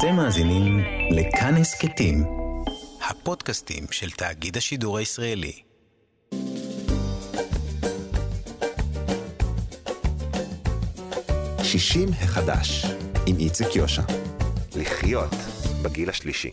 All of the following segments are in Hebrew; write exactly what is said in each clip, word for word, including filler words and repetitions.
אתם מאזינים לכאן הסכתים, הפודקאסטים של תאגיד השידור הישראלי. שישים החדש, עם איציק יושע. לחיות בגיל השלישי.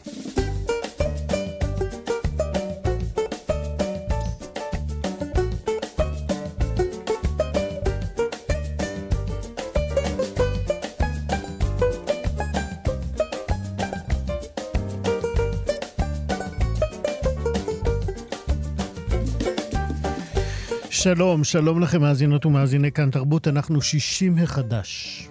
שלום, שלום לכם מאזינות ומאזיני כאן תרבות, אנחנו שישים החדש.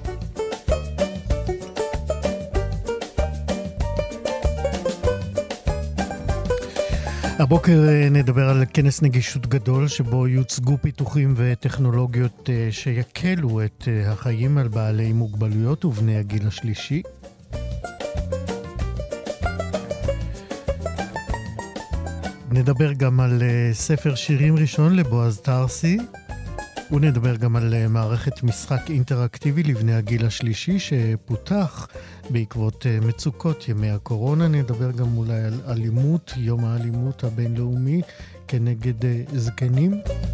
הבוקר נדבר על כנס נגישות גדול שבו יוצגו פיתוחים וטכנולוגיות שיקלו את החיים על בעלי מוגבלויות ובני הגיל השלישי. נדבר גם על ספר שירים ראשון לבועז טרסי, ונדבר גם על מערכת משחק אינטראקטיבי לבני הגיל השלישי שפותח בעקבות מצוקות ימי הקורונה. נדבר גם אולי על אלימות, יום האלימות הבינלאומי כנגד זקנים.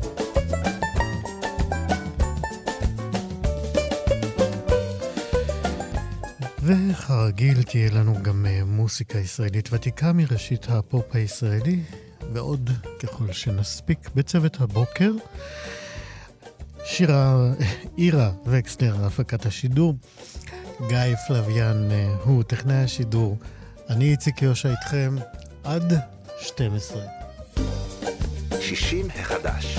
וכרגיל תהיה לנו גם מוסיקה ישראלית ותיקה מראשית הפופ הישראלי, ועוד ככל שנספיק. בצוות הבוקר שירה, אירה וקסלר, הפקת השידור, גיא פלוויאן הוא טכנאי השידור. אני איציק יושע איתכם עד שתים עשרה. שישים החדש.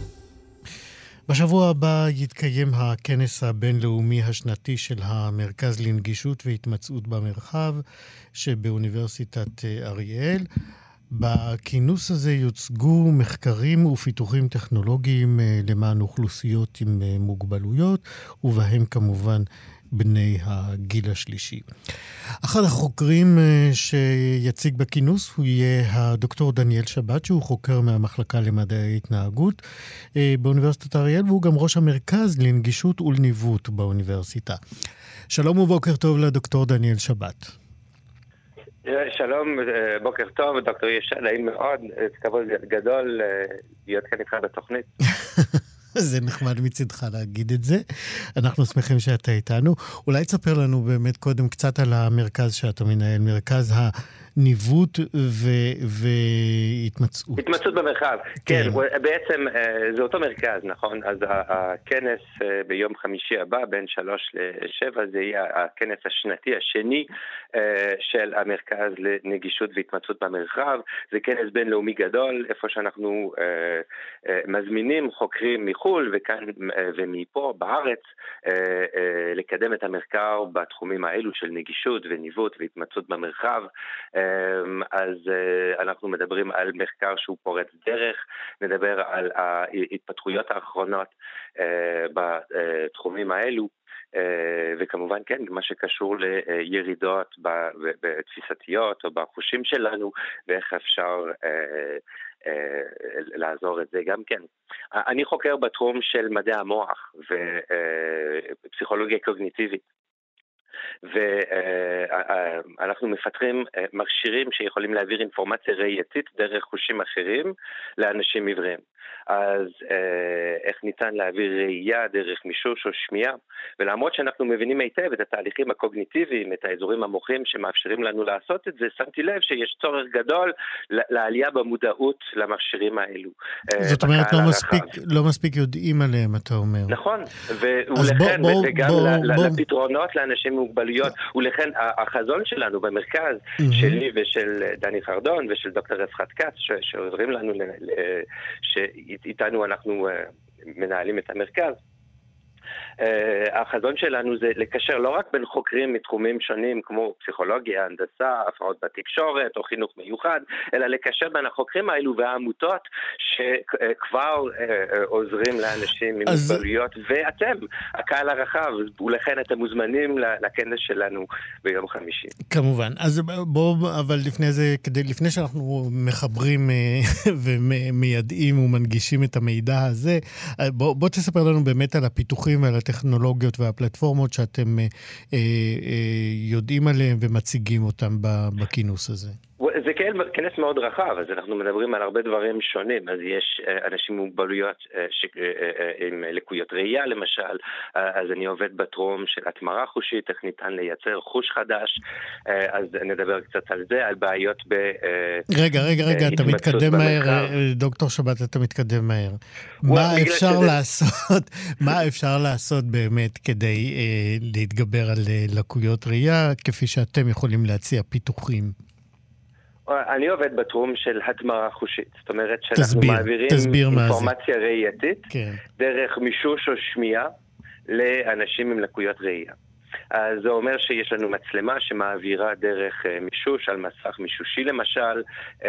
בשבוע הבא יתקיים הכנס הבינלאומי השנתי של המרכז לנגישות והתמצאות במרחב שבאוניברסיטת אריאל. בכינוס הזה יוצגו מחקרים ופיתוחים טכנולוגיים למען אוכלוסיות עם מוגבלויות, ובהם כמובן בני הגיל השלישי. אחד החוקרים שיציג בכינוס הוא יהיה הדוקטור דניאל שבת, שהוא חוקר מהמחלקה למדעי ההתנהגות באוניברסיטת אריאל, והוא גם ראש המרכז לנגישות ולניווט באוניברסיטה. שלום ובוקר טוב לדוקטור דניאל שבת. שלום, בוקר טוב, דוקטור ישע, נעים מאוד, כבוד גדול להיות כאן איתך בתוכנית. זה נחמד מצדך להגיד את זה. אנחנו שמחים שאתה איתנו. אולי תספר לנו באמת קודם קצת על המרכז שאתה מנהל, מרכז הניווט והתמצאות. התמצאות במרחב. כן, בעצם זה אותו מרכז, נכון? אז הכנס ביום חמישי הבא, בין שלוש לשבע, זה יהיה הכנס השנתי השני של המרכז לנגישות והתמצאות במרחב. זה כנס בינלאומי גדול, איפה שאנחנו מזמינים חוקרים מחול וכאן ומפה בארץ לקדם את המחקר בתחומים האלו של נגישות וניווט והתמצאות במרחב. אז אנחנו מדברים על מחקר שהוא פורץ דרך, נדבר על ההתפתחויות האחרונות בתחומים האלו, וכמובן כן, מה שקשור לירידות בתפיסתיות או בחושים שלנו, ואיך אפשר לעזור את זה גם כן. אני חוקר בתחום של מדעי המוח ופסיכולוגיה קוגניטיבית, ואנחנו מפתחים מכשירים שיכולים להעביר אינפורמציה ראייתית דרך חושים אחרים לאנשים עיוורים. אז איך ניתן להעביר ראייה דרך מישוש או שמיעה, ולמרות שאנחנו מבינים היטב את התהליכים הקוגניטיביים, את האזורים המוחים שמאפשרים לנו לעשות את זה, שמתי לב שיש צורך גדול לעלייה במודעות למכשירים האלו. זאת אומרת, לא מספיק, לא מספיק יודעים עליהם, אתה אומר. נכון, ולכן, וגם לפתרונות לאנשים מוגבלויות, ולכן החזון שלנו במרכז, שלי ושל דני חרדון ושל דוקטור רפחת קץ, שעוזרים לנו, שאיתנו אנחנו מנהלים את המרכז, החזון שלנו זה לקשר לא רק בין חוקרים מתחומים שונים כמו פסיכולוגיה, הנדסה, הפרעות בתקשורת או חינוך מיוחד, אלא לקשר בין החוקרים האלו והעמותות שכבר עוזרים לאנשים עם מוגבלויות, ואתם, הקהל הרחב, ולכן אתם מוזמנים לכנס שלנו ביום חמישי. כמובן. אז בואו, אבל לפני זה, כדי, לפני שאנחנו מחברים ומיידעים ומנגישים את המידע הזה, בוא, בוא תספר לנו באמת על הפיתוחים ועל הטכנולוגיות והפלטפורמות שאתם אה, אה, יודעים עליהם ומציגים אותם בכינוס הזה? זה כנס מאוד רחב, אז אנחנו מדברים על הרבה דברים שונים, אז יש אנשים עם מוגבלויות עם לקויות ראייה למשל, אז אני עובד בתחום של התמרה חושית, איך ניתן לייצר חוש חדש, אז נדבר קצת על זה, על בעיות ב... רגע, רגע, רגע, אתה מתקדם מהר, דוקטור שבת, אתה מתקדם מהר. מה אפשר לעשות, מה אפשר לעשות באמת כדי להתגבר על לקויות ראייה, כפי שאתם יכולים להציע פיתוחים? אני עובד בתחום של התמרה חושית, זאת אומרת שאנחנו תסביר, מעבירים תסביר אינפורמציה ראייתית, כן. דרך מישוש או שמיעה לאנשים עם לקויות ראייה. אז זה אומר שיש לנו מצלמה שמעבירה דרך מישוש על מסך מישושי למשל,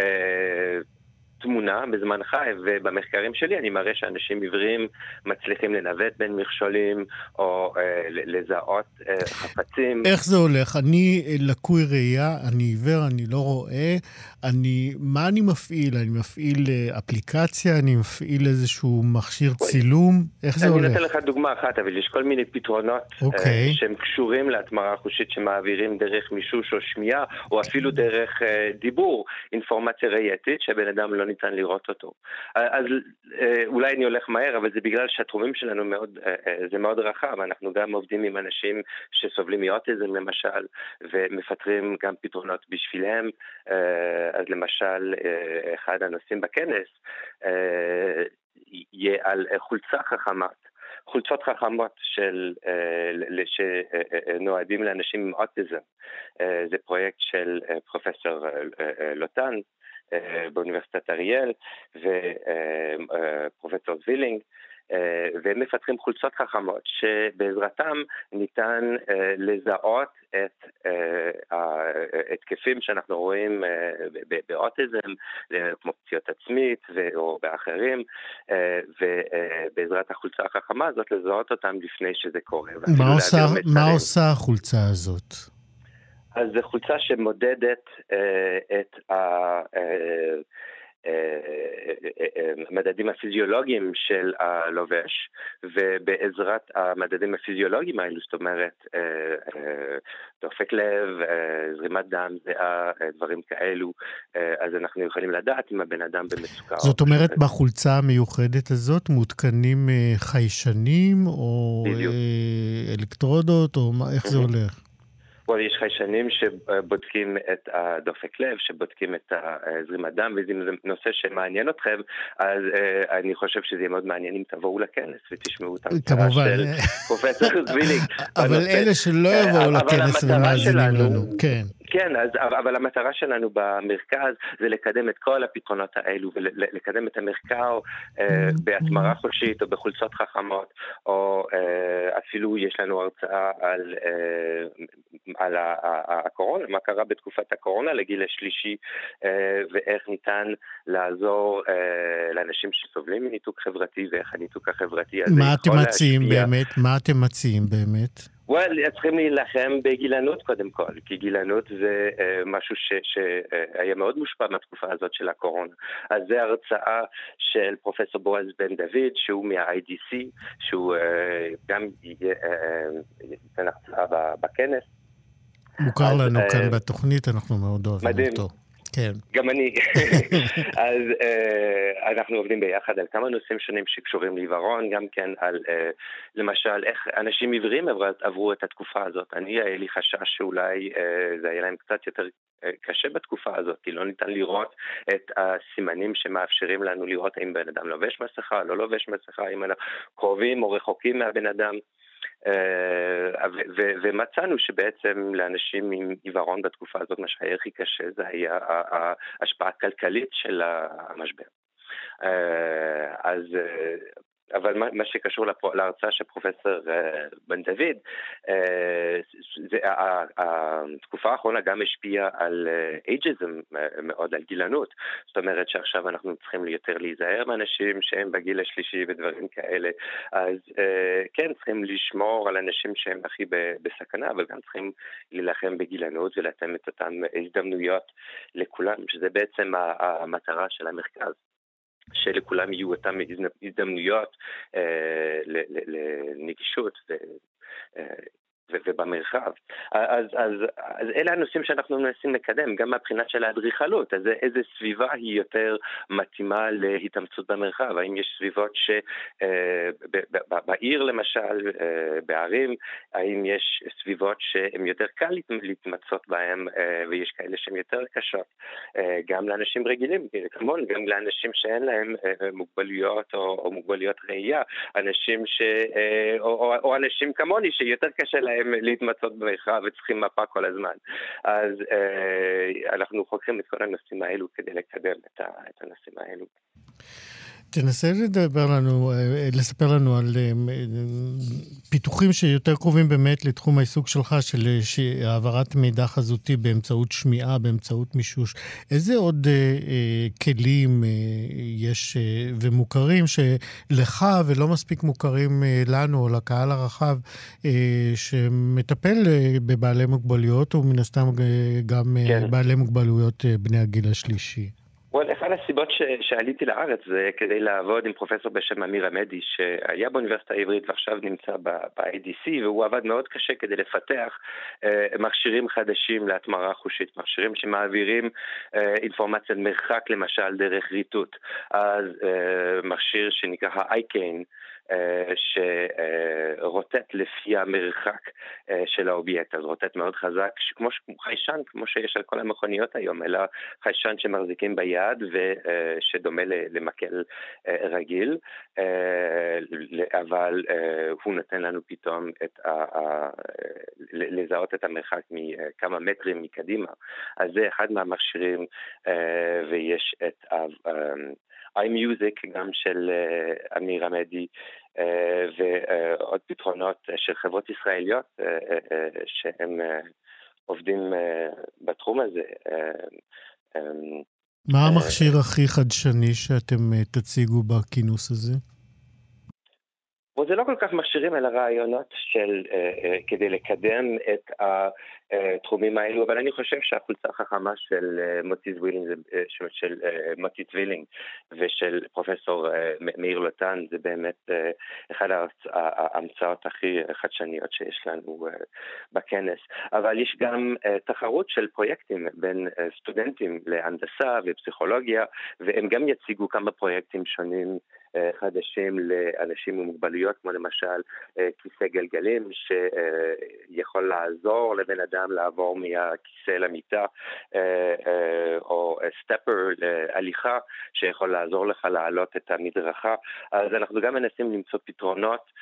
תמונה בזמן חי, ובמחקרים שלי אני מראה שאנשים עיוורים מצליחים לנווט בין מכשולים או אה, לזהות אה, חפצים. איך זה הולך? אני לקוי ראייה, אני עיוור, אני לא רואה, אני, מה אני מפעיל? אני מפעיל אפליקציה, אני מפעיל איזשהו מכשיר צילום, איך זה אני הולך? אני נותן לך דוגמה אחת, אבל יש כל מיני פתרונות okay. אה, שהם קשורים להתמרה חושית שמעבירים דרך מישוש או שמיעה, או אפילו דרך אה, דיבור, אינפורמציה ראייתית שבן אדם לא ניתן לראות אותו. אז אולי אני הולך מהר, אבל זה בגלל שהתחומים שלנו מאוד, זה מאוד רחב. אנחנו גם עובדים עם אנשים שסובלים מאוטיזם למשל, ומפתרים גם פתרונות בשבילם. אז למשל, אחד הנושאים בכנס יהיה על חולצה חכמה. חולצות חכמות של, שנועדים לאנשים עם אוטיזם. זה פרויקט של פרופסור לוטן, באוניברסיטת אריאל ופרופסור זווילינג, והם מפתחים חולצות חכמות שבעזרתם ניתן לזהות את התקפים שאנחנו רואים באוטיזם, כמו פציעות עצמית או באחרים, ובעזרת החולצה החכמה הזאת לזהות אותם לפני שזה קורה. מה עושה, מה עושה החולצה הזאת? אז זו חולצה שמודדת אה, את המדדים הפיזיולוגיים של הלובש, ובעזרת המדדים הפיזיולוגיים האלו, זאת אומרת, אה, אה, דופק לב, אה, זרימת דם, זהה, אה, דברים כאלו, אה, אז אנחנו יכולים לדעת אם הבן אדם במצוקה. זאת אומרת, בחולצה המיוחדת הזאת מותקנים אה, חיישנים או אה, אלקטרודות, או מה, איך זה הולך? יש חיישנים שבודקים את הדופק לב, שבודקים את זרימת דם, ואם זה נושא שמעניין אתכם, אז אני חושב שזה יהיה מאוד מעניין אם תבואו לכנס ותשמעו את ההרצאה של פרופסור זווילינג. אבל אלה שלא יבואו לכנס ומאזינים לנו, כן. כן, אז, אבל המטרה שלנו במרכז זה לקדם את כל הפתרונות האלו, ולקדם את המחקר אה, בהתמרה חושית או בחולצות חכמות, או אה, אפילו יש לנו הרצאה על, אה, על הקורונה, מה קרה בתקופת הקורונה לגיל השלישי, אה, ואיך ניתן לעזור אה, לאנשים שסובלים מניתוק חברתי, ואיך הניתוק החברתי הזה מה אתם מציעים באמת? מה אתם מציעים באמת? well, צריכים להילחם בגילנות קודם כל, כי גילנות זה uh, משהו שהיה uh, מאוד מושפע מהתקופה הזאת של הקורונה. אז זה הרצאה של פרופסור בועז בן דוד, שהוא מה-איי די סי, שהוא uh, גם ייתן הרצאה בכנס. מוכר אז, לנו uh, כאן בתוכנית, אנחנו מאוד אוהבים מדהים. אותו. כן. גם אני. אז uh, אנחנו עובדים ביחד על כמה נושאים שונים שקשורים לעיוורון, גם כן על, uh, למשל, איך אנשים עיוורים עברו את התקופה הזאת. אני, היה לי חשש שאולי uh, זה היה להם קצת יותר uh, קשה בתקופה הזאת, כי לא ניתן לראות את הסימנים שמאפשרים לנו לראות האם בן אדם לובש מסכה, לא לובש מסכה, אם אנחנו קרובים או רחוקים מהבן אדם. ומצאנו שבעצם לאנשים עם עיוורון בתקופה הזאת מה שהיה הכי קשה זה היה ההשפעה הכלכלית של המשבר. אז אבל מה, מה שקשור להרצאה של פרופסור בן דוד, זה, התקופה האחרונה גם השפיעה על אייג'יזם מאוד, על גילנות. זאת אומרת שעכשיו אנחנו צריכים יותר להיזהר מאנשים שהם בגיל השלישי ודברים כאלה. אז כן, צריכים לשמור על אנשים שהם הכי בסכנה, אבל גם צריכים להילחם בגילנות ולתת את אותן הזדמנויות לכולם, שזה בעצם המטרה של המרכז. שלכולם יהיו אותם הזדמנויות לנגישות ובמרחב. אז, אז, אז אלה הנושאים שאנחנו מנסים לקדם, גם מהבחינה של האדריכלות, אז איזה סביבה היא יותר מתאימה להתאמצות במרחב, האם יש סביבות שבעיר למשל, בערים, האם יש סביבות שהן יותר קל להתמצות בהן, ויש כאלה שהן יותר קשות, גם לאנשים רגילים, כמון, גם לאנשים שאין להם מוגבלויות או, או מוגבלויות ראייה, אנשים ש, או, או, או אנשים כמוני שיותר קשה להם להתמצות במרחב וצריכים מפה כל הזמן. אז אה, אנחנו חוקרים את כל הנושאים האלו כדי לקדם את, ה, את הנושאים האלו. תנסה לדבר לנו, לספר לנו על פיתוחים שיותר קרובים באמת לתחום העיסוק שלך, של העברת מידע חזותי באמצעות שמיעה, באמצעות מישוש. איזה עוד כלים יש ומוכרים שלך ולא מספיק מוכרים לנו או לקהל הרחב, שמטפל בבעלי מוגבלויות ומן הסתם גם כן. בעלי מוגבלויות בני הגיל השלישי? well, אחת הסיבות ש- שעליתי לארץ זה כדי לעבוד עם פרופסור בשם אמיר עמדי, שהיה באוניברסיטה העברית ועכשיו נמצא ב-איי די סי, והוא עבד מאוד קשה כדי לפתח אה, מכשירים חדשים להתמרה חושית, מכשירים שמעבירים אה, אינפורמציה מרחק למשל דרך ריטוט. אז אה, מכשיר שנקרא ה-אייקן, שרוטט לפי המרחק של האובייקט, אז רוטט מאוד חזק, כמו חיישן, כמו שיש על כל המכוניות היום, אלא חיישן שמחזיקים ביד ושדומה למקל רגיל, אבל הוא נותן לנו פתאום את ה... לזהות את המרחק מכמה מטרים מקדימה. אז זה אחד מהמכשירים, ויש את ה... iMusic גם של אמיר עמדי, ועוד פתרונות של חברות ישראליות שהם עובדים בתחום הזה. מה המכשיר הכי חדשני שאתם תציגו בכינוס הזה? זה לא כל כך מכשירים אלא רעיונות של, כדי לקדם את התחומים האלו, אבל אני חושב שהחולצה החכמה של מוטי טווילינג, של מוטי טווילינג ושל פרופסור מאיר לוטן, זה באמת אחד ההמצאות הכי חדשניות שיש לנו בכנס. אבל יש גם תחרות של פרויקטים בין סטודנטים להנדסה ופסיכולוגיה, והם גם יציגו כמה פרויקטים שונים חדשים לאנשים עם מוגבלויות, כמו למשל כיסא גלגלים שיכול לעזור לבן אדם לעבור מהכיסא למיטה, או סטפר להליכה שיכול לעזור לך לעלות את המדרכה. אז אנחנו גם מנסים למצוא פתרונות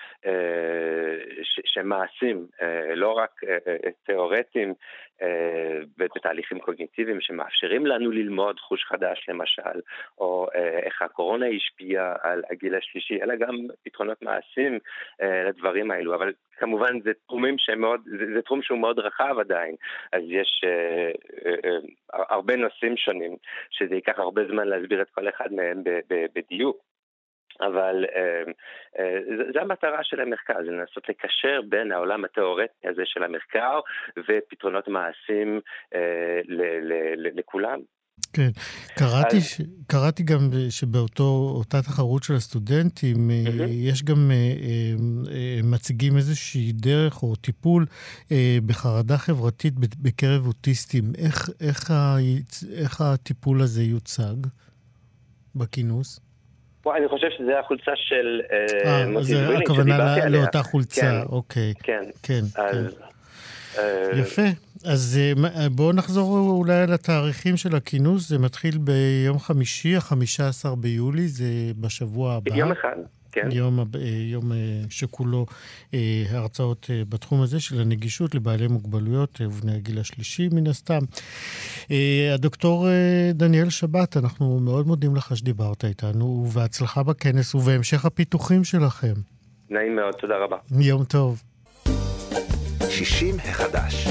שמעשים, לא רק תיאורטיים בתהליכים קוגניטיביים שמאפשרים לנו ללמוד חוש חדש למשל, או איך הקורונה השפיעה על הגיל השלישי, אלא גם פתרונות מעשים לדברים האלו. אבל כמובן זה תחומים שמאוד, זה, זה תחום שהוא מאוד רחב עדיין, אז יש אה, אה, אה, הרבה נושאים שונים, שזה ייקח הרבה זמן להסביר את כל אחד מהם בדיוק. אבל אה, אה, זה המטרה של המחקר, זה לנסות לקשר בין העולם התיאורטי הזה של המחקר ופתרונות מעשים אה, ל, ל, ל, לכולם. כן, קראתי, אז... ש... קראתי גם שבאותה תחרות של הסטודנטים, mm-hmm. יש גם מציגים איזושהי דרך או טיפול בחרדה חברתית בקרב אוטיסטים. איך, איך, ה... איך הטיפול הזה יוצג בכינוס? אני חושב שזה החולצה של מוטי טווילינג, הכוונה לאותה חולצה, כן, אוקיי. כן, כן, אז... כן. יפה. אז בואו נחזור אולי לתאריכים של הכינוס. זה מתחיל ביום חמישי, ה-חמישה עשר ביולי, זה בשבוע הבא. יום אחד, כן. יום, יום שכולו הרצאות בתחום הזה של הנגישות לבעלי מוגבלויות ובני הגיל השלישי מן הסתם. הדוקטור דניאל שבת, אנחנו מאוד מודים לך שדיברת איתנו, ובהצלחה בכנס ובהמשך הפיתוחים שלכם. נעים מאוד, תודה רבה. יום טוב. שישים החדש.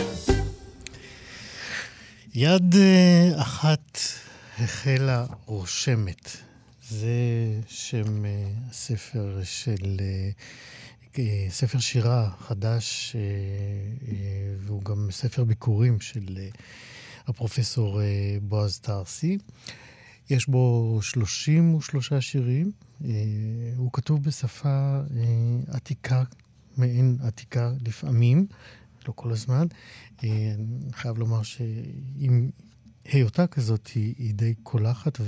יד אחת החלה רושמת. זה שם הספר של, ספר שירה חדש, והוא גם ספר ביקורים של הפרופסור בועז תרסי. יש בו שלושים ושלושה שירים. הוא כתוב בשפה עתיקה, מעין עתיקה לפעמים, לא כל הזמן. אני חייב לומר שעם היותה כזאת היא די קולחת,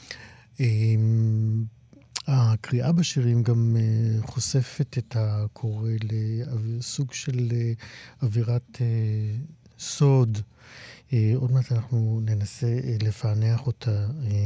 והקריאה בשירים גם חושפת את הקורא לסוג של אווירת סוד. עוד מעט אנחנו ננסה לפענח אותה,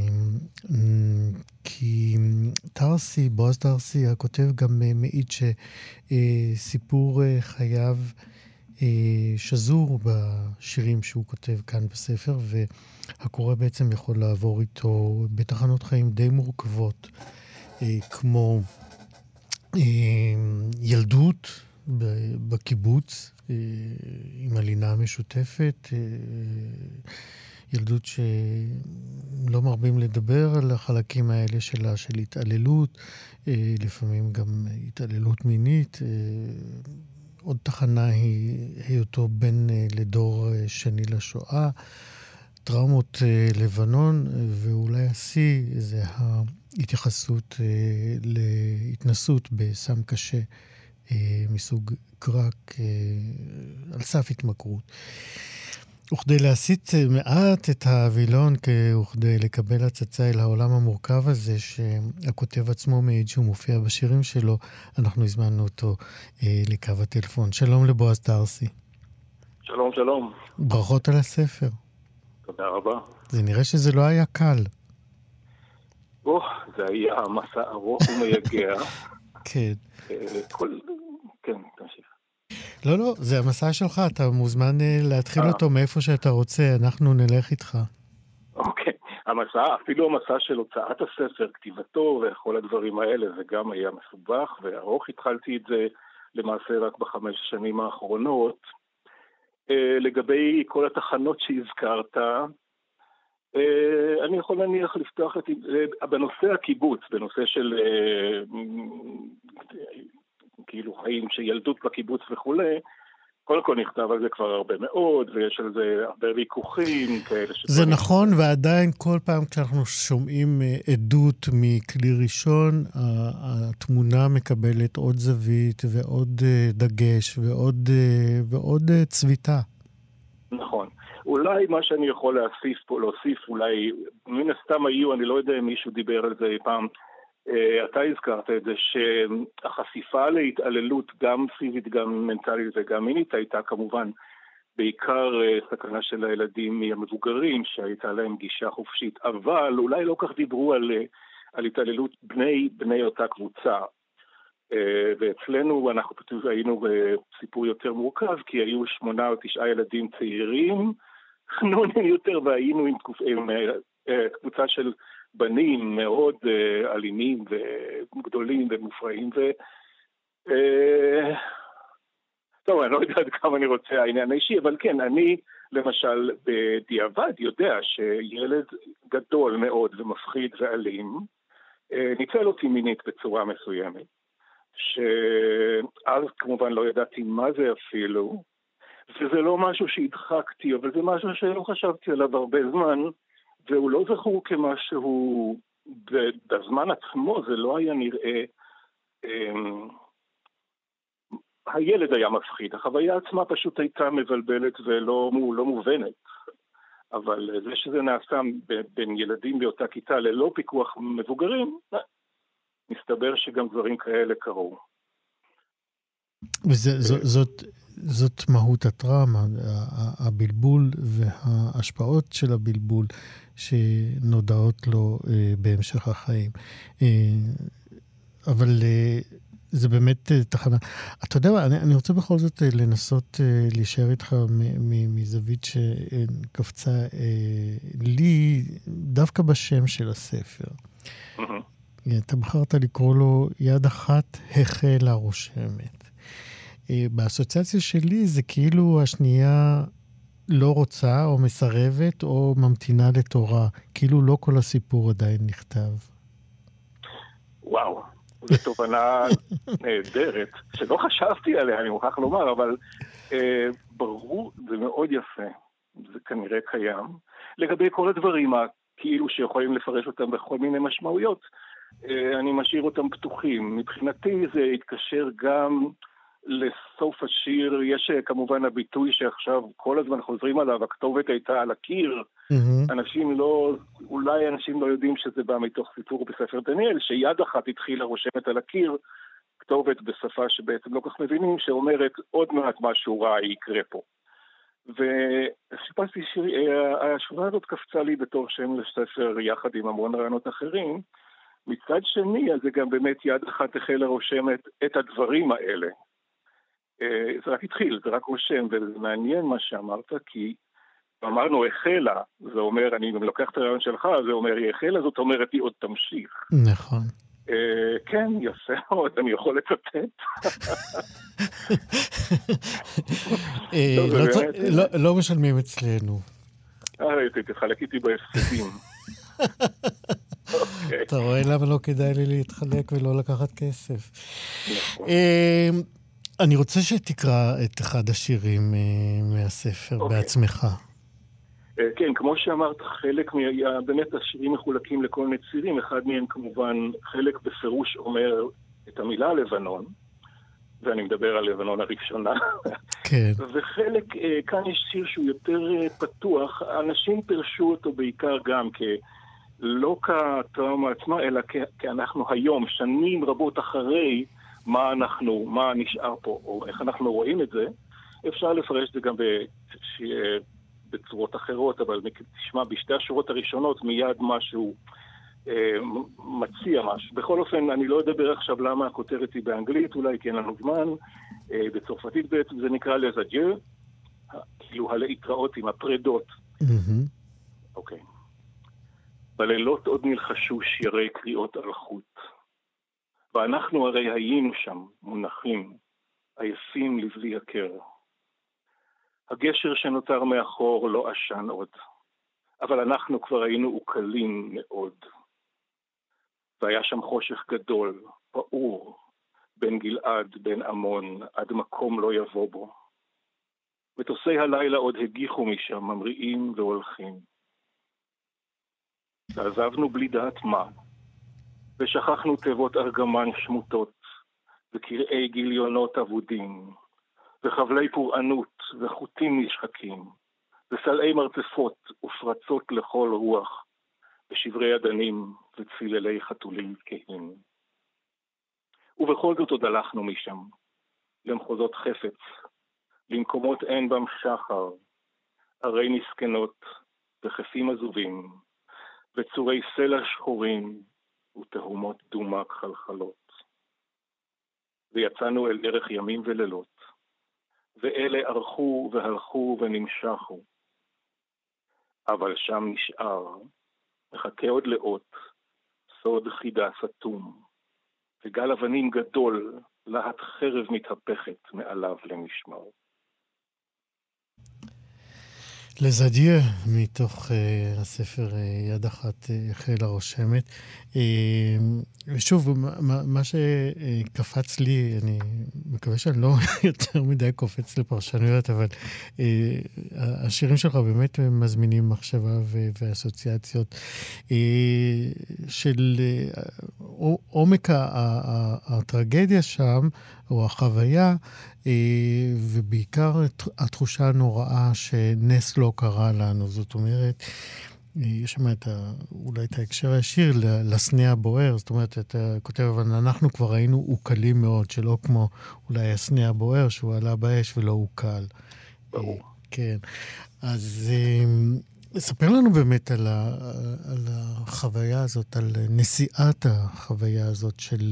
כי טרסי, בועז טרסי, הכותב גם מעיד שסיפור חייו שזור בשירים שהוא כותב כאן בספר, והקורא בעצם יכול לעבור איתו בתחנות חיים די מורכבות, כמו ילדות בקיבוץ, עם הלינה המשותפת, ילדות שלא מרבים לדבר על החלקים האלה שלה, של התעללות, לפעמים גם התעללות מינית. עוד תחנה היא היותו בן לדור שני לשואה, טראומות לבנון, ואולי השיא זה ההתייחסות להתנסות בסם קשה מסוג קרק על סף התמכרות. וכדי להסיט מעט את הווילון, וכדי לקבל הצצה אל העולם המורכב הזה שהכותב עצמו מעיד שהוא מופיע בשירים שלו, אנחנו הזמנו אותו לקו הטלפון. שלום לבועז טרסי. שלום, שלום. ברכות על הספר. תודה רבה. זה נראה שזה לא היה קל. או, זה היה מסע ארוך ומייגע. כן. כל... כן, תמשיך. לא, לא, זה המסע שלך, אתה מוזמן להתחיל אותו מאיפה שאתה רוצה, אנחנו נלך איתך. אוקיי, המסע, אפילו המסע של הוצאת הספר, כתיבתו וכל הדברים האלה, זה גם היה מסובך וארוך. התחלתי את זה למעשה רק בחמש שנים האחרונות. לגבי כל התחנות שהזכרת, אני יכול להניח לפתוח את... בנושא הקיבוץ, בנושא של... כאילו חיים שילדות בקיבוץ וכולי, קודם כל נכתב על זה כבר הרבה מאוד, ויש על זה הרבה ויכוחים כאלה. זה נכון, ועדיין כל פעם כשאנחנו שומעים עדות מכלי ראשון, התמונה מקבלת עוד זווית ועוד דגש ועוד, ועוד צביטה. נכון. אולי מה שאני יכול להוסיף פה, להוסיף אולי, מן הסתם היו, אני לא יודע אם מישהו דיבר על זה פעם, אתה הזכרת את זה שהחשיפה להתעללות גם פיזית, גם מנטלית וגם מינית הייתה כמובן בעיקר סכנה של הילדים המבוגרים שהייתה להם גישה חופשית, אבל אולי לא כך דיברו על, על התעללות בני, בני אותה קבוצה. ואצלנו אנחנו פשוט היינו בסיפור יותר מורכב, כי היו שמונה או תשעה ילדים צעירים, חנונים יותר, והיינו עם, עם קבוצה של בנים מאוד uh, אלימים וגדולים ומופרעים ו... Uh, טוב, אני לא יודע עד כמה אני רוצה העניין האישי, אבל כן, אני למשל בדיעבד יודע שילד גדול מאוד ומפחיד ואלים uh, ניצל אותי מינית בצורה מסוימת, שאז כמובן לא ידעתי מה זה אפילו, וזה לא משהו שהדחקתי, אבל זה משהו שלא חשבתי עליו הרבה זמן, והוא לא זכור כמשהו, בזמן עצמו זה לא היה נראה, אמ, הילד היה מפחיד, החוויה עצמה פשוט הייתה מבלבלת ולא לא מובנת, אבל זה שזה נעשה בין ילדים באותה כיתה ללא פיקוח מבוגרים, מסתבר שגם דברים כאלה קרו. וזאת זאת מהות הטראומה, הבלבול וההשפעות של הבלבול שנודעות לו בהמשך החיים. אבל זה באמת תחנה. אתה יודע מה, אני, אני רוצה בכל זאת לנסות להישאר איתך מזווית שקפצה לי דווקא בשם של הספר. אתה בחרת לקרוא לו יד אחת החלה רושמת. באסוציאציה שלי זה כאילו השנייה לא רוצה או מסרבת או ממתינה לתורה. כאילו לא כל הסיפור עדיין נכתב. וואו, זו תובנה נהדרת, שלא חשבתי עליה, אני מוכרח לומר, אבל אה, ברור, זה מאוד יפה. זה כנראה קיים. לגבי כל הדברים כאילו שיכולים לפרש אותם בכל מיני משמעויות, אני משאיר אותם פתוחים. מבחינתי זה יתקשר גם לסוף השיר. יש כמובן הביטוי שעכשיו כל הזמן חוזרים עליו, הכתובת הייתה על הקיר. Mm-hmm. אנשים לא, אולי אנשים לא יודעים שזה בא מתוך סיפור בספר דניאל, שיד אחת התחילה רושמת על הקיר, כתובת בשפה שבעצם לא כך מבינים, שאומרת עוד מעט משהו רע יקרה פה. וחיפשתי שיר, השורה הזאת קפצה לי בתור שם לספר יחד עם המון רעיונות אחרים. מצד שני, אז זה גם באמת יד אחת החלה רושמת את הדברים האלה. זה רק התחיל, זה רק רושם, וזה מעניין מה שאמרת, כי אמרנו החלה, זה אומר, אני גם לוקח את הרעיון שלך, זה אומר היא החלה, זאת אומרת היא עוד תמשיך. נכון. כן, יפה עוד, אני יכול לצטט. לא משלמים אצלנו. אה, תתחלק איתי בהפסדים. אתה רואה למה לא כדאי לי להתחלק ולא לקחת כסף. אני רוצה שתקרא את אחד השירים מהספר בעצמך. כן, כמו שאמרת, חלק, באמת השירים מחולקים לכל מיני צירים, אחד מהם כמובן, חלק בפירוש אומר את המילה לבנון, ואני מדבר על לבנון הראשונה. כן. וחלק, כאן יש שיר שהוא יותר פתוח, אנשים פרשו אותו בעיקר גם לא כטראומה עצמה, אלא כי אנחנו היום, שנים רבות אחרי מה אנחנו, מה נשאר פה, או איך אנחנו רואים את זה, אפשר לפרש את זה גם בצורות אחרות, אבל תשמע, בשתי השורות הראשונות מיד משהו אה, מציע משהו. בכל אופן, אני לא אדבר עכשיו למה הכותרת היא באנגלית, אולי כי אין לנו זמן, אה, בצרפתית בעצם זה נקרא les adieux, כאילו הלהתראות עם הפרדות. Mm-hmm. אוקיי. בלילות עוד נלחשו שירי קריאות על חוט, ואנחנו הרי היינו שם, מונחים, עייפים לבלי הכר. הגשר שנותר מאחור לא עשן עוד, אבל אנחנו כבר היינו עוקלים מאוד. והיה שם חושך גדול, פעור, בין גלעד, בין עמון, עד מקום לא יבוא בו. מטוסי הלילה עוד הגיחו משם, ממריאים והולכים. ועזבנו בלי דעת מה, ושכחנו תיבות ארגמן שמוטות, וקרעי גיליונות אבודים, וחבלי פורענות, וחוטים נשחקים, וסלעי מרצפות, ופרצות לכל רוח, ושברי אדנים, וציללי חתולים כהים. ובכל זאת עוד הלכנו משם, למחוזות חפץ, למקומות אין בם שחר, ערי נסכנות, וחפים עזובים, וצורי סלע שחורים, ותהומות דומק חלחלות. ויצאנו אל דרך ימים ולילות, ואלה ערכו והלכו ונמשכו. אבל שם נשאר, מחכה עוד לאות, סוד חידה סתום, וגל אבנים גדול, להט חרב מתהפכת מעליו למשמר. les adieux, מתוך uh, הספר uh, יד אחת uh, החלה רושמת. Uh, ושוב, מה, מה שקפץ לי, אני מקווה שאני לא יותר מדי קופץ לפרשנויות, אבל uh, השירים שלך באמת מזמינים מחשבה ו- ואסוציאציות uh, של uh, עומק ה- ה- הטרגדיה שם, או החוויה, ובעיקר התחושה הנוראה שנס לא קרה לנו. זאת אומרת, יש שם את ה, אולי את ההקשר הישיר לסנה הבוער, זאת אומרת, אתה כותב, אבל אנחנו כבר היינו עוקלים מאוד, שלא כמו אולי הסנה הבוער, שהוא עלה באש ולא עוקל. ברור. כן. אז ספר לנו באמת על, ה, על החוויה הזאת, על נסיעת החוויה הזאת של...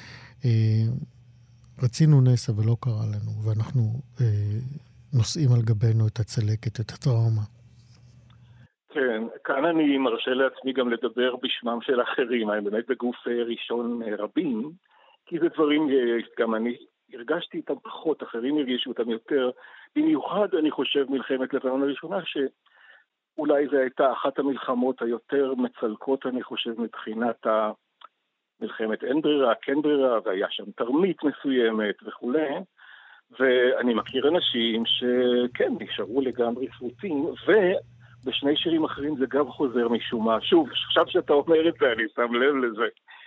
רצינו נס, אבל לא קרה לנו, ואנחנו אה, נושאים על גבינו את הצלקת, את הטראומה. כן, כאן אני מרשה לעצמי גם לדבר בשמם של אחרים, אני באמת בגוף ראשון רבים, כי זה דברים, גם אני הרגשתי איתם פחות, אחרים הרגישו אותם יותר, במיוחד אני חושב מלחמת לבנון הראשונה, שאולי זו הייתה אחת המלחמות היותר מצלקות, אני חושב, מבחינת ה... מלחמת אין ברירה, כן ברירה, והיה שם תרמית מסוימת וכו'. ואני מכיר אנשים שכן, נשארו לגמרי פרוצים, בשני שירים אחרים זה גם חוזר משום מה. שוב, עכשיו שאתה אומר את זה, אני שם לב לזה,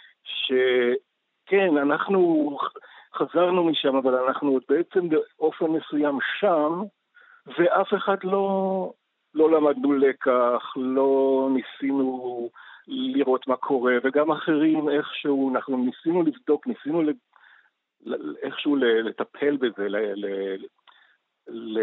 שכן, אנחנו חזרנו משם, אבל אנחנו עוד בעצם באופן מסוים שם, ואף אחד לא, לא למדנו לקח, לא ניסינו לראות מה קורה, וגם אחרים איכשהו, אנחנו ניסינו לבדוק, ניסינו ל, איכשהו לטפל בזה, ל, ל, ל,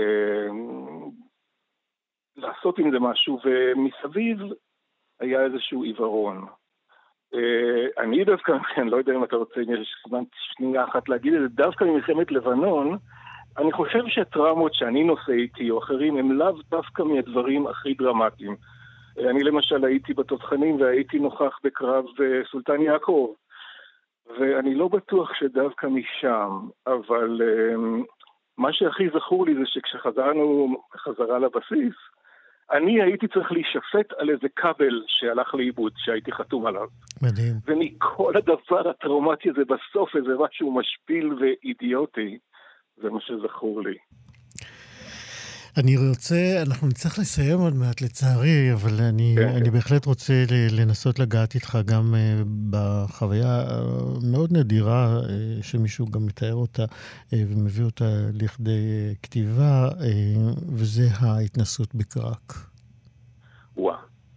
לעשות עם זה משהו, ומסביב היה איזשהו עיוורון. אני דווקא, אני לא יודע אם אתה רוצה, אם יש זמן שנייה אחת להגיד את זה, דווקא ממלחמת לבנון, אני חושב שטראומות שאני נושא איתי או אחרים הם לאו דווקא מהדברים הכי דרמטיים. אני למשל הייתי בתותחנים והייתי נוכח בקרב סולטן יעקב, ואני לא בטוח שדווקא משם, אבל מה שהכי זכור לי זה שכשחזרנו חזרה לבסיס, אני הייתי צריך להישפט על איזה כבל שהלך לאיבוד, שהייתי חתום עליו. מדהים. ומכל הדבר הטראומטי הזה בסוף איזה משהו משפיל ואידיוטי, זה מה שזכור לי. אני רוצה, אנחנו נצטרך לסיים עוד מעט לצערי, אבל אני, כן, אני כן. בהחלט רוצה לנסות לגעת איתך גם בחוויה מאוד נדירה, שמישהו גם מתאר אותה ומביא אותה לכדי כתיבה, וזה ההתנסות בקרק. וואה.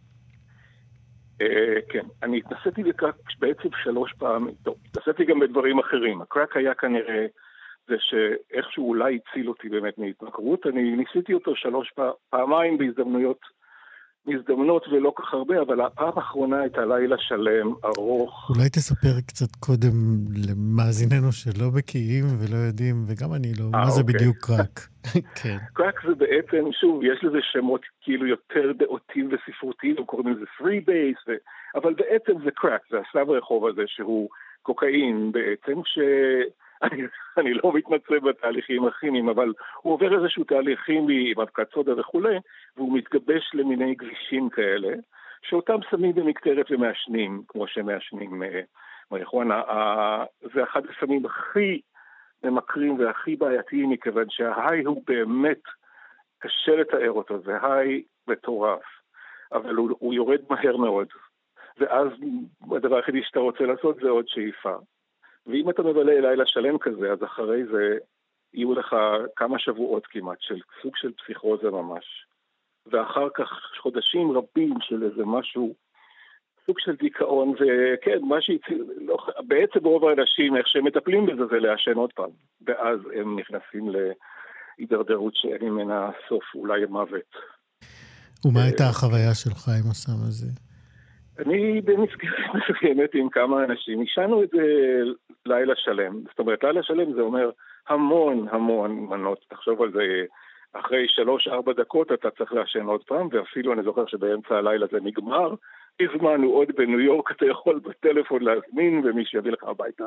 כן, אני התנסיתי בקרק בעצם שלוש פעמים, טוב, התנסיתי גם בדברים אחרים. הקרק היה כנראה זה שאיכשהו אולי הציל אותי באמת מהתמכרות. אני ניסיתי אותו שלוש פעם, פעמיים בהזדמנויות, בהזדמנות ולא כך הרבה, אבל הפעם האחרונה הייתה לילה שלם, ארוך. אולי תספר קצת קודם למאזיננו שלא בקיאים ולא יודעים, וגם אני לא, 아, מה זה אוקיי. בדיוק קרק? כן. קרק זה בעצם, שוב, יש לזה שמות כאילו יותר דעותיים וספרותיים, קוראים לזה free base, ו... אבל בעצם זה קרק, זה הסלב הרחוב הזה שהוא קוקאין בעצם, ש... אני, אני לא מתמצא בתהליכים הכימיים, אבל הוא עובר איזשהו תהליך כימי עם אבקת סודה וכו', והוא מתגבש למיני גבישים כאלה, שאותם שמים במקטרת ומעשנים, כמו שמעשנים מריחואנה. זה אחד הסמים הכי ממכרים והכי בעייתיים, מכיוון שההיי הוא באמת קשה לתאר אותו, זה היי מטורף, אבל הוא, הוא יורד מהר מאוד, ואז הדבר היחידי שאתה רוצה לעשות זה עוד שאיפה. ואם אתה מבלה לילה שלם כזה, אז אחרי זה יהיו לך כמה שבועות כמעט של סוג של פסיכוזה ממש. ואחר כך חודשים רבים של איזה משהו, סוג של דיכאון, וכן, מה שהציל, לא, בעצם רוב האנשים, איך שהם מטפלים בזה, זה לעשן עוד פעם. ואז הם נכנסים להידרדרות שאין ממנה סוף, אולי מוות. ומה הייתה החוויה שלך עם הסם הזה? אני במסגרת מסוימת עם כמה אנשים, ישנו את זה לילה שלם. זאת אומרת, לילה שלם זה אומר המון המון מנות. תחשוב על זה, אחרי שלוש ארבע דקות אתה צריך לעשן עוד פעם, ואפילו אני זוכר שבאמצע הלילה זה נגמר, הזמנו עוד בניו יורק, אתה יכול בטלפון להזמין ומי שיביא לך הביתה.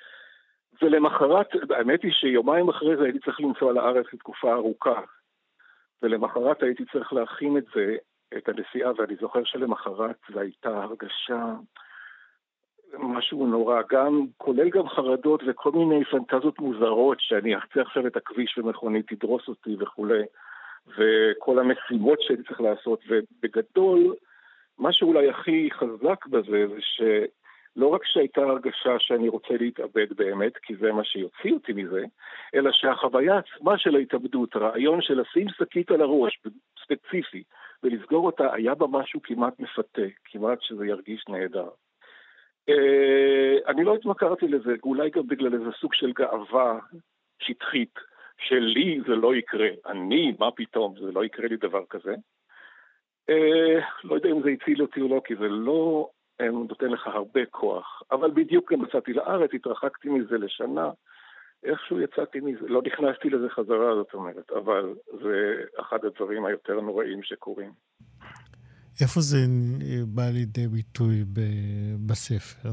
ולמחרת, האמת היא שיומיים אחרי זה הייתי צריך לנסוע לארץ לתקופה ארוכה, ולמחרת הייתי צריך להכין את זה, את הנסיעה, ואני זוכר שלמחרת זו הייתה הרגשה משהו נורא, גם, כולל גם חרדות וכל מיני פנטזיות מוזרות, שאני אחצה עכשיו את הכביש ומכונית תדרוס אותי וכו', וכל המשימות שאני צריך לעשות, ובגדול, מה שאולי הכי חזק בזה, זה שלא רק שהייתה הרגשה שאני רוצה להתאבד באמת, כי זה מה שיוציא אותי מזה, אלא שהחוויה עצמה של ההתאבדות, הרעיון של לשים שקית על הראש, ספציפי, ולסגור אותה, היה בה משהו כמעט מפתה, כמעט שזה ירגיש נהדר. אני לא התמכרתי לזה, אולי גם בגלל איזה סוג של גאווה שטחית, שלי זה לא יקרה, אני, מה פתאום, זה לא יקרה לי דבר כזה. לא יודע אם זה הציל אותי או לא, כי זה לא נותן לך הרבה כוח, אבל בדיוק גם יצאתי לארץ, התרחקתי מזה לשנה, איכשהו יצאתי מזה, לא נכנסתי לזה חזרה, זאת אומרת, אבל זה אחד הדברים היותר נוראים שקורים. איפה זה בא לידי ביטוי בספר?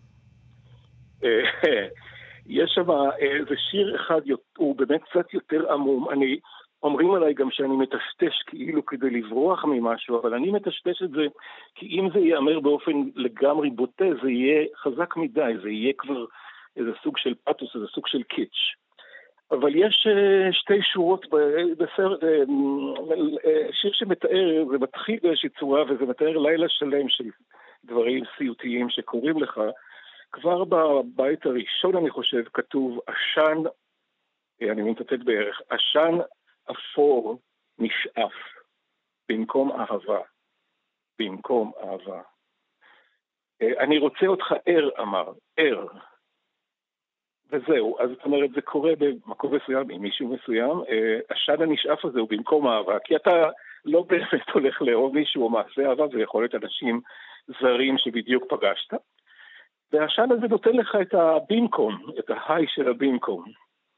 יש שם איזה שיר אחד, הוא באמת קצת יותר עמום. אני, אומרים עליי גם שאני מטשטש כאילו כדי לברוח ממשהו, אבל אני מטשטש את זה, כי אם זה יאמר באופן לגמרי בוטה, זה יהיה חזק מדי, זה יהיה כבר איזה סוג של פאטוס, איזה סוג של קיץ'. אבל יש שתי שורות בסרט, שיר שמתאר, זה מתחיל באיזושהי צורה, וזה מתאר לילה שלם של דברים סיוטיים שקורים לך. כבר בבית הראשון, אני חושב, כתוב, עשן, אני מצטט בערך, עשן אפור נשאף, במקום אהבה, במקום אהבה. אני רוצה אותך ער, אמר, ער. וזהו, אז זאת אומרת, זה קורה במקום מסוים, עם מישהו מסוים, השד הנשאף הזה הוא במקום אהבה, כי אתה לא באמת הולך לאהוב מישהו או מעשה אהבה, זה יכול להיות אנשים זרים שבדיוק פגשת, והשד הזה נותן לך את הבינקום, את ההיי של הבינקום.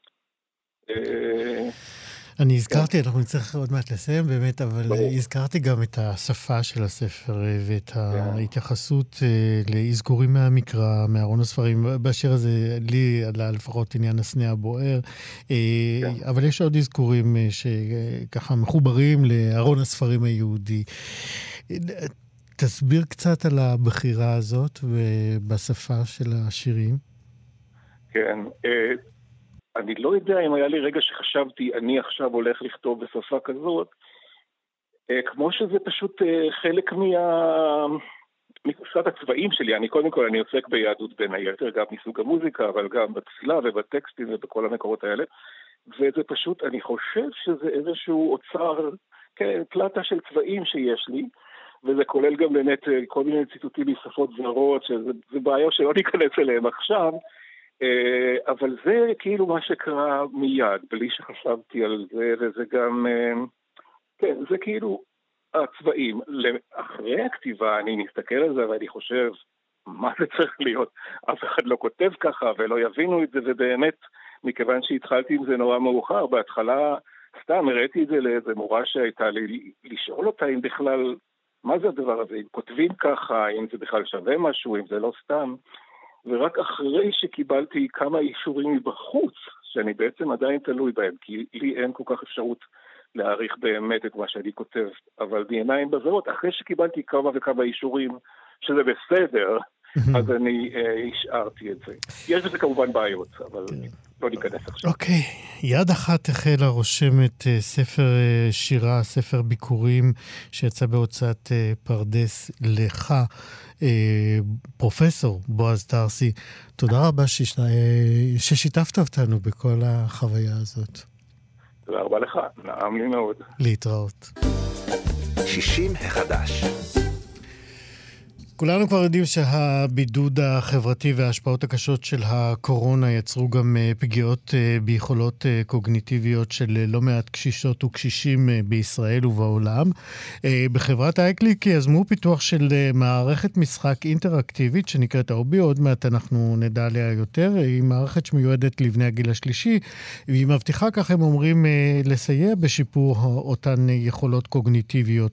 אני הזכרתי, אנחנו נצטרך עוד מעט לסיים באמת, אבל הזכרתי גם את השפה של הספר ואת ההתייחסות לאזכורים מהמקרא, מארון הספרים. באשר הזה לי עלה לפחות עניין הסנה הבוער, אבל יש עוד אזכורים שככה מחוברים לארון הספרים היהודי. תסביר קצת על הבחירה הזאת ובשפה של השירים. כן, אני לא יודע אם היה לי רגע שחשבתי, אני עכשיו הולך לכתוב בשפה כזאת, כמו שזה פשוט חלק מה... מקופסת הצבעים שלי. אני קודם כל, אני עוסק ביהדות בין היתר, גם מסוג המוזיקה, אבל גם בתפילה ובטקסטים ובכל המקורות האלה, וזה פשוט, אני חושב שזה איזשהו אוצר, כן, פלטה של צבעים שיש לי, וזה כולל גם באמת כל מיני ציטוטים משפות זרות, שזה בעיה שלא ניכנס אליהם עכשיו, אבל זה כאילו מה שקרה מיד, בלי שחשבתי על זה, וזה גם, כן, זה כאילו הצבעים. אחרי הכתיבה אני מסתכל על זה ואני חושב, מה זה צריך להיות? אף אחד לא כותב ככה ולא יבינו את זה, ובאמת, מכיוון שהתחלתי עם זה נורא מאוחר, בהתחלה סתם הראיתי את זה לאיזה מורה שהייתה לי, לשאול אותה אם בכלל, מה זה הדבר הזה? אם כותבים ככה, אם זה בכלל שווה משהו, אם זה לא סתם. ורק אחרי שקיבלתי כמה אישורים מבחוץ, שאני בעצם עדיין תלוי בהם, כי לי אין כל כך אפשרות להעריך באמת את מה שאני כותב, אבל בעיניים בזרות, אחרי שקיבלתי כמה וכמה אישורים שזה בסדר, אז אני השארתי את זה. יש בזה כמובן בעיות, אבל לא ניכנס עכשיו. אוקיי, יד אחת החלה רושמת ספר שירה, ספר ביקורים, שיצא בהוצאת פרדס לך, פרופסור בועז תרסי. תודה רבה ששיתפת אותנו בכל החוויה הזאת. תודה רבה לך, נעם לי מאוד. להתראות. שישים החדש. כולנו כבר יודעים שהבידוד החברתי וההשפעות הקשות של הקורונה יצרו גם פגיעות ביכולות קוגניטיביות של לא מעט קשישות וקשישים בישראל ובעולם. בחברת אייקליק יזמו פיתוח של מערכת משחק אינטראקטיבית שנקראת האובי, עוד מעט אנחנו נדע עליה יותר. היא מערכת שמיועדת לבני הגיל השלישי, והיא מבטיחה, כך הם אומרים, לסייע בשיפור אותן יכולות קוגניטיביות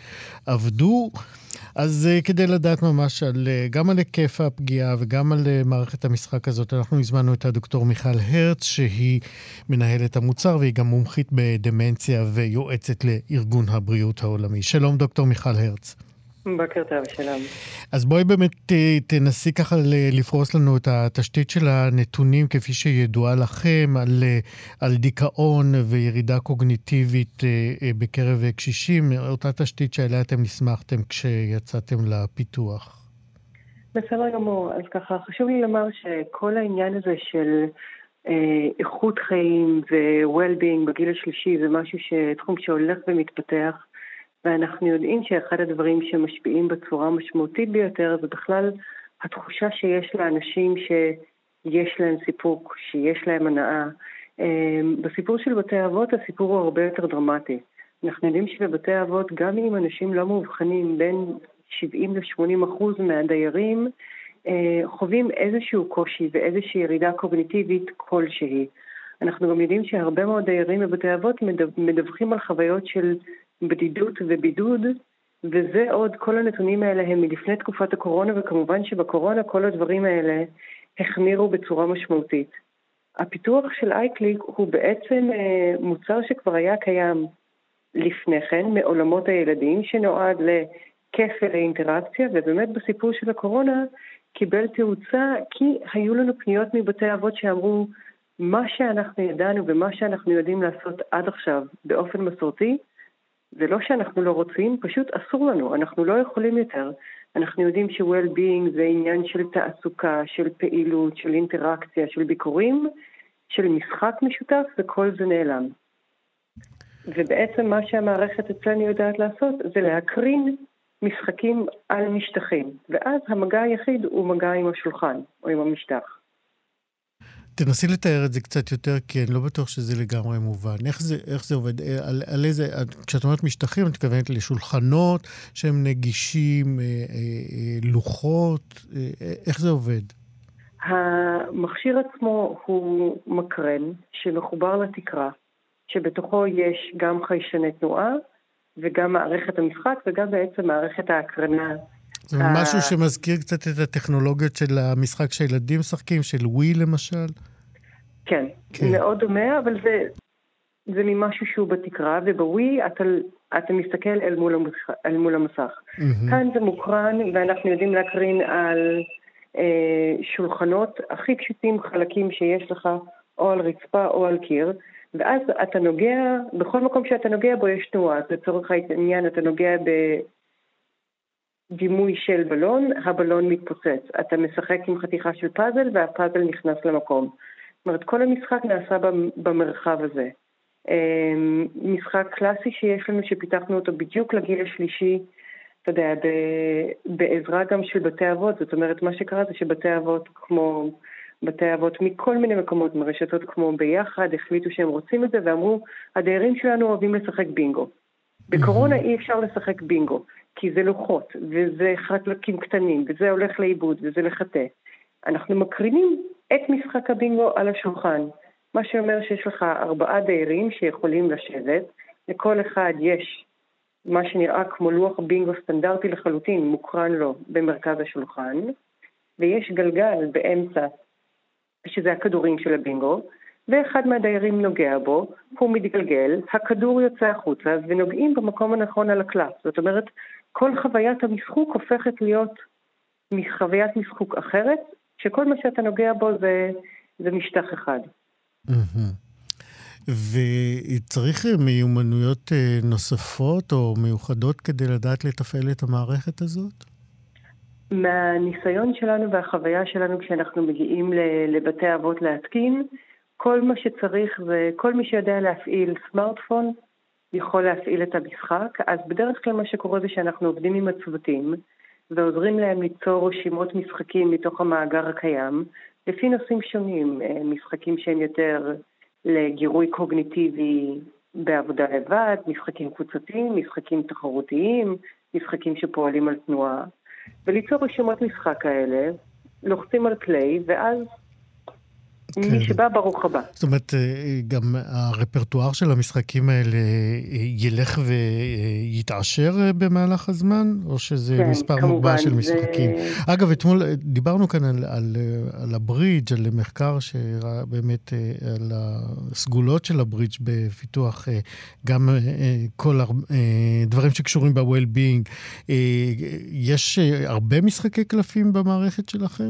שעבדו. אז כדי לדעת ממש על, גם על היקף הפגיעה וגם על מערכת המשחק הזאת, אנחנו הזמנו את הדוקטור מיכל הרץ, שהיא מנהלת המוצר והיא גם מומחית בדמנציה ויועצת לארגון הבריאות העולמי. שלום דוקטור מיכל הרץ. בוקר טוב, שלום. אז בואי באמת תנסי ככה לפרוס לנו את התשתית של הנתונים כפי שידועה לכם על, על דיכאון וירידה קוגניטיבית בקרב קשישים, אותה תשתית שעליה אתם נסמכתם כשיצאתם לפיתוח. בסדר גמור, אז ככה חשוב לי לומר שכל העניין הזה של אה, איכות חיים ו-well-being בגיל השלישי זה משהו שתחום שהולך ומתפתח, ואנחנו יודעים שאחד הדברים שמשפיעים בצורה משמעותית ביותר זה בכלל התחושה שיש לאנשים שיש להם סיפוק, שיש להם הנאה. בסיפור של בתי אבות הסיפור הוא הרבה יותר דרמטי. אנחנו יודעים שבבתי אבות גם אם אנשים לא מאובחנים בין שבעים ל-שמונים אחוז מהדיירים חווים איזשהו קושי ואיזושהי ירידה קוגניטיבית כלשהי. אנחנו גם יודעים שהרבה מאוד דיירים בבתי אבות מדווחים על חוויות של בדידות ובידוד, וזה עוד, כל הנתונים האלה הם מלפני תקופת הקורונה, וכמובן שבקורונה כל הדברים האלה החמירו בצורה משמעותית. הפיתוח של אייקליק הוא בעצם מוצר שכבר היה קיים לפני כן, מעולמות הילדים, שנועד לכפל האינטראקציה, ובאמת בסיפור של הקורונה קיבל תאוצה, כי היו לנו פניות מבתי אבות שאמרו, מה שאנחנו ידענו ומה שאנחנו יודעים לעשות עד עכשיו באופן מסורתי, זה לא שאנחנו לא רוצים, פשוט אסור לנו, אנחנו לא יכולים יותר. אנחנו יודעים ש-well-being זה עניין של תעסוקה, של פעילות, של אינטראקציה, של ביקורים, של משחק משותף, וכל זה נעלם. ובעצם מה שהמערכת אצלנו יודעת לעשות, זה להקרין משחקים על משטחים. ואז המגע היחיד הוא מגע עם השולחן, או עם המשטח. תנסי לתאר את זה קצת יותר, כי אני לא בטוח שזה לגמרי מובן. איך זה, איך זה עובד? על, על איזה, כשאת אומרת משטחים, את מתכוונת לשולחנות שהם נגישים, אה, אה, לוחות, אה, איך זה עובד? המכשיר עצמו הוא מקרן שמחובר לתקרה, שבתוכו יש גם חיישני תנועה, וגם מערכת המשחק, וגם בעצם מערכת ההקרנה. זה משהו שמזכיר קצת את הטכנולוגיות של המשחק שהילדים משחקים, של ווי למשל? כן, כן. מאוד דומה, אבל זה, זה ממשהו שהוא בתקרה, ובווי אתה, אתה מסתכל אל מול המסך. אל מול המסך. Mm-hmm. כאן זה מוקרן, ואנחנו יודעים להקרין על אה, שולחנות הכי פשוטים, חלקים שיש לך, או על רצפה או על קיר, ואז אתה נוגע, בכל מקום שאתה נוגע בו יש תנועה, לצורך העניין אתה נוגע בדימוי של בלון, הבלון מתפוצץ. אתה משחק עם חתיכה של פאזל והפאזל נכנס למקום. זאת אומרת, כל המשחק נעשה במרחב הזה. משחק קלאסי שיש לנו שפיתחנו אותו בדיוק לגיל השלישי, אתה יודע, בעזרה גם של בתי אבות. זאת אומרת, מה שקרה זה שבתי אבות כמו... בתי אבות מכל מיני מקומות, מרשתות כמו ביחד, החליטו שהם רוצים את זה, ואמרו, הדיירים שלנו אוהבים לשחק בינגו. בקורונה אי אפשר לשחק בינגו, כי זה לוחות, וזה חלקים קטנים, וזה הולך לאיבוד, וזה לחטא. אנחנו מקרינים את משחק הבינגו על השולחן, מה שאומר שיש לך ארבעה דיירים שיכולים לשבת, לכל אחד יש מה שנראה כמו לוח בינגו סטנדרטי לחלוטין, מוקרן לו במרכז השולחן, ויש גלגל באמצע, שזה הכדורים של הבינגו, ואחד מהדיירים נוגע בו, הוא מתגלגל, הכדור יוצא החוצה, ונוגעים במקום הנכון על הקלף. זאת אומרת, כל חוויית המשחוק הופכת להיות מחוויית משחוק אחרת, שכל מה שאתה נוגע בו זה, זה משטח אחד. וצריך מיומנויות נוספות או מיוחדות כדי לדעת לתפעל את המערכת הזאת? מהניסיון שלנו והחוויה שלנו כשאנחנו מגיעים לבתי אבות להתקין, כל מה שצריך זה, כל מי שיודע להפעיל סמארטפון יכול להפעיל את המשחק. אז בדרך כלל מה שקורה זה שאנחנו עובדים עם הצוותים ועוזרים להם ליצור רשימות משחקים מתוך המאגר הקיים, לפי נושאים שונים, משחקים שהם יותר לגירוי קוגניטיבי בעבודה לבד, משחקים קבוצתיים, משחקים תחרותיים, משחקים שפועלים על תנועה. וליצור רשימות משחק האלה, לוחצים על פליי, ואז מי שבא ברוך הבא. זאת אומרת, גם הרפרטואר של המשחקים האלה ילך ויתעשר במהלך הזמן, או שזה מספר מוגבל של משחקים? אגב, אתמול דיברנו כאן על הברידג', על מחקר שבאמת, על הסגולות של הברידג' בפיתוח, גם כל דברים שקשורים ב-well-being. יש הרבה משחקי קלפים במערכת שלכם?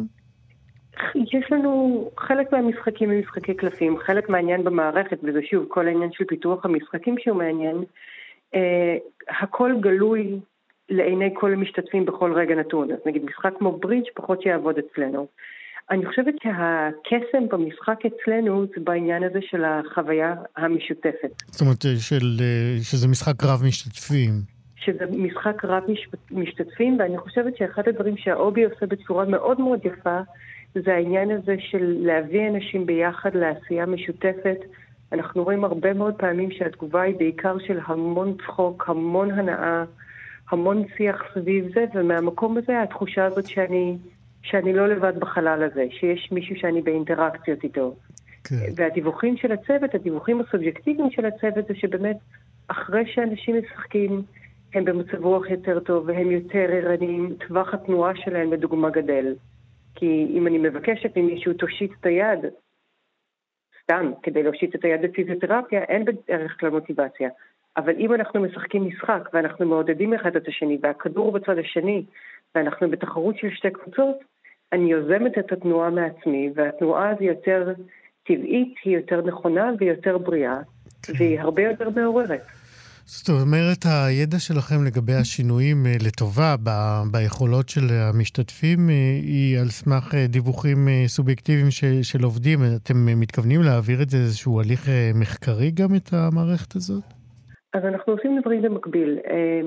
יש לנו חלק מהמשחקים הם משחקי קלפים, חלק מהעניין במערכת, וזה שוב כל העניין של פיתוח המשחקים שהוא מעניין, אה, הכל גלוי לעיני כל המשתתפים בכל רגע נתון. אז נגיד משחק כמו ברידג' פחות שיעבוד אצלנו. אני חושבת שהקסם במשחק אצלנו זה בעניין הזה של החוויה המשותפת. זאת אומרת של, שזה משחק רב משתתפים. שזה משחק רב משתתפים, ואני חושבת שאחד הדברים שהאובי עושה בצורה מאוד מאוד יפה, זה העניין הזה של להביא אנשים ביחד לעשייה משותפת. אנחנו רואים הרבה מאוד פעמים שהתגובה היא בעיקר של המון צחוק, המון הנאה, המון שיח סביב זה, ומהמקום הזה התחושה הזאת שאני, שאני לא לבד בחלל הזה, שיש מישהו שאני באינטראקציות איתו. כן. והדיווחים של הצוות, הדיווחים הסובייקטיביים של הצוות, זה שבאמת אחרי שאנשים משחקים, הם במצב רוח יותר טוב, והם יותר ערניים, טווח התנועה שלהם לדוגמה גדל. כי אם אני מבקשת ממישהו תושיט את היד, סתם, כדי להושיט את היד בפיזיותרפיה, אין בדרך כלל מוטיבציה. אבל אם אנחנו משחקים משחק, ואנחנו מעודדים אחד את השני, והכדור בצד השני, ואנחנו בתחרות של שתי קבוצות, אני יוזמת את התנועה מעצמי, והתנועה זה יותר טבעית, היא יותר נכונה ויותר בריאה, כן. והיא הרבה יותר מעוררת. זאת אומרת, הידע שלכם לגבי השינויים לטובה ב- ביכולות של המשתתפים היא על סמך דיווחים סובייקטיביים של, של עובדים. אתם מתכוונים להעביר את זה איזשהו הליך מחקרי גם את המערכת הזאת? אז אנחנו עושים דברים במקביל.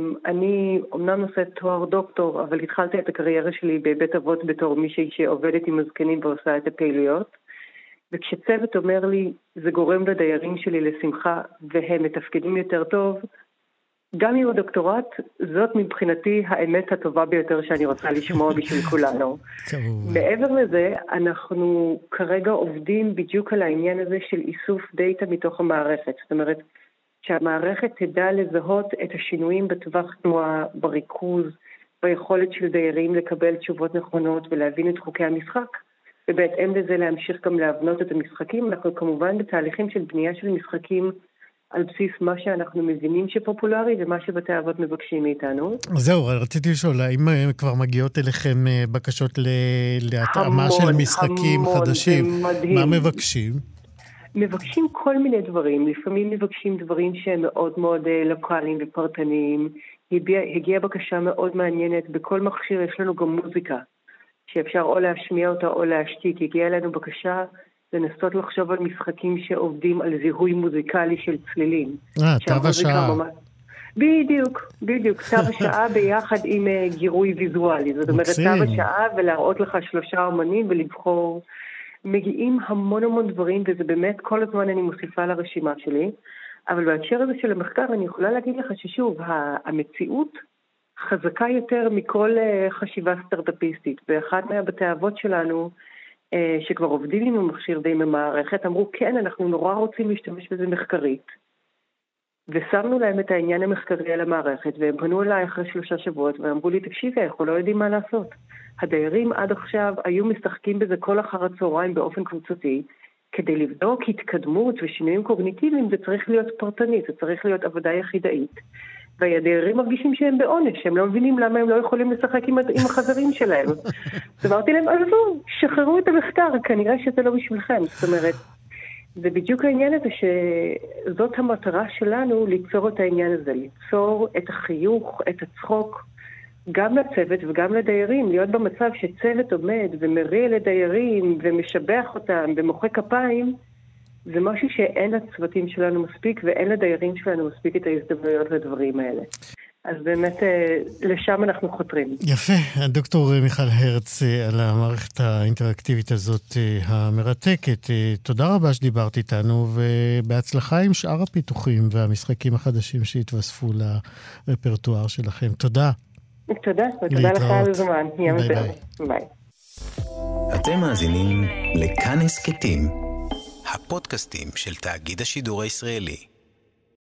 אני אומנם נושאת תואר דוקטור, אבל התחלתי את הקריירה שלי בבית אבות בתור מישהי שעובדת עם הזקנים ועושה את הפעילויות. וכשצוות אומר לי, זה גורם לדיירים שלי לשמחה, והם מתפקדים יותר טוב, גם עם הדוקטורט, זאת מבחינתי האמת הטובה ביותר שאני רוצה לשמוע בשביל כולנו. מעבר לזה, אנחנו כרגע עובדים בדיוק על העניין הזה של איסוף דאטה מתוך המערכת. זאת אומרת, שהמערכת תדע לזהות את השינויים בטווח תנועה, בריכוז, ביכולת של דיירים לקבל תשובות נכונות ולהבין את חוקי המשחק. ובהתאם לזה להמשיך גם להבנות את המשחקים. אנחנו כמובן בתהליכים של בנייה של משחקים על בסיס מה שאנחנו מבינים שפופולרי ומה שבתי אבות מבקשים מאיתנו. זהו, רציתי לשאול, האם כבר מגיעות אליכם בקשות להתאמה של משחקים המון, חדשים? מה מבקשים? מבקשים כל מיני דברים. לפעמים מבקשים דברים שהם מאוד מאוד לוקליים ופרטניים. הגיעה הגיע בקשה מאוד מעניינת. בכל מכשיר יש לנו גם מוזיקה. שאפשר או להשמיע אותה או להשתיק. הגיעה אלינו בקשה לנסות לחשוב על משחקים שעובדים על זיהוי מוזיקלי של צלילים. אה, תו השעה. ממש... בדיוק, בדיוק. תו השעה ביחד עם uh, גירוי ויזואלי. זאת אומרת, תו השעה ולהראות לך שלושה אומנים ולבחור. מגיעים המון המון דברים, וזה באמת כל הזמן אני מוסיפה לרשימה שלי. אבל בהקשר הזה של המחקר אני יכולה להגיד לך ששוב, המציאות חזקה יותר מכל חשיבה סטארט-אפיסטית. ואחד מהבתי אבות שלנו, שכבר עובדים עם המכשיר ועם המערכת, אמרו, כן, אנחנו נורא רוצים להשתמש בזה מחקרית. ושמנו להם את העניין המחקרי על המערכת, והם פנו אליי אחרי שלושה שבועות, ואמרו לי, תקשיבי, אנחנו לא יודעים מה לעשות. הדיירים עד עכשיו היו משחקים בזה כל אחר הצהריים באופן קבוצתי, כדי לבדוק התקדמות ושינויים קוגניטיביים, זה צריך להיות פרטנית, זה צריך להיות עבודה יחידאית. והדיירים מרגישים שהם בעונש, הם לא מבינים למה הם לא יכולים לשחק עם, עם החברים שלהם. אז אמרתי להם, עזבו, שחררו את המחקר, כנראה שזה לא בשבילכם. זאת אומרת, זה בדיוק העניין הזה שזאת המטרה שלנו ליצור את העניין הזה, ליצור את החיוך, את הצחוק, גם לצוות וגם לדיירים, להיות במצב שצוות עומד ומריע לדיירים ומשבח אותם ומוחא כפיים, זה משהו שאין לצוותים שלנו מספיק, ואין לדיירים שלנו מספיק את ההזדמנויות לדברים האלה. אז באמת, לשם אנחנו חותרים. יפה. הדוקטור מיכל הרץ על המערכת האינטראקטיבית הזאת המרתקת. תודה רבה שדיברת איתנו, ובהצלחה עם שאר הפיתוחים והמשחקים החדשים שהתווספו לרפרטואר שלכם. תודה. תודה, ותודה לך על הזמן. ביי ביי. ביי. אתם מאזינים לכאן הסכתים. הפודקאסטים של תאגיד השידור הישראלי.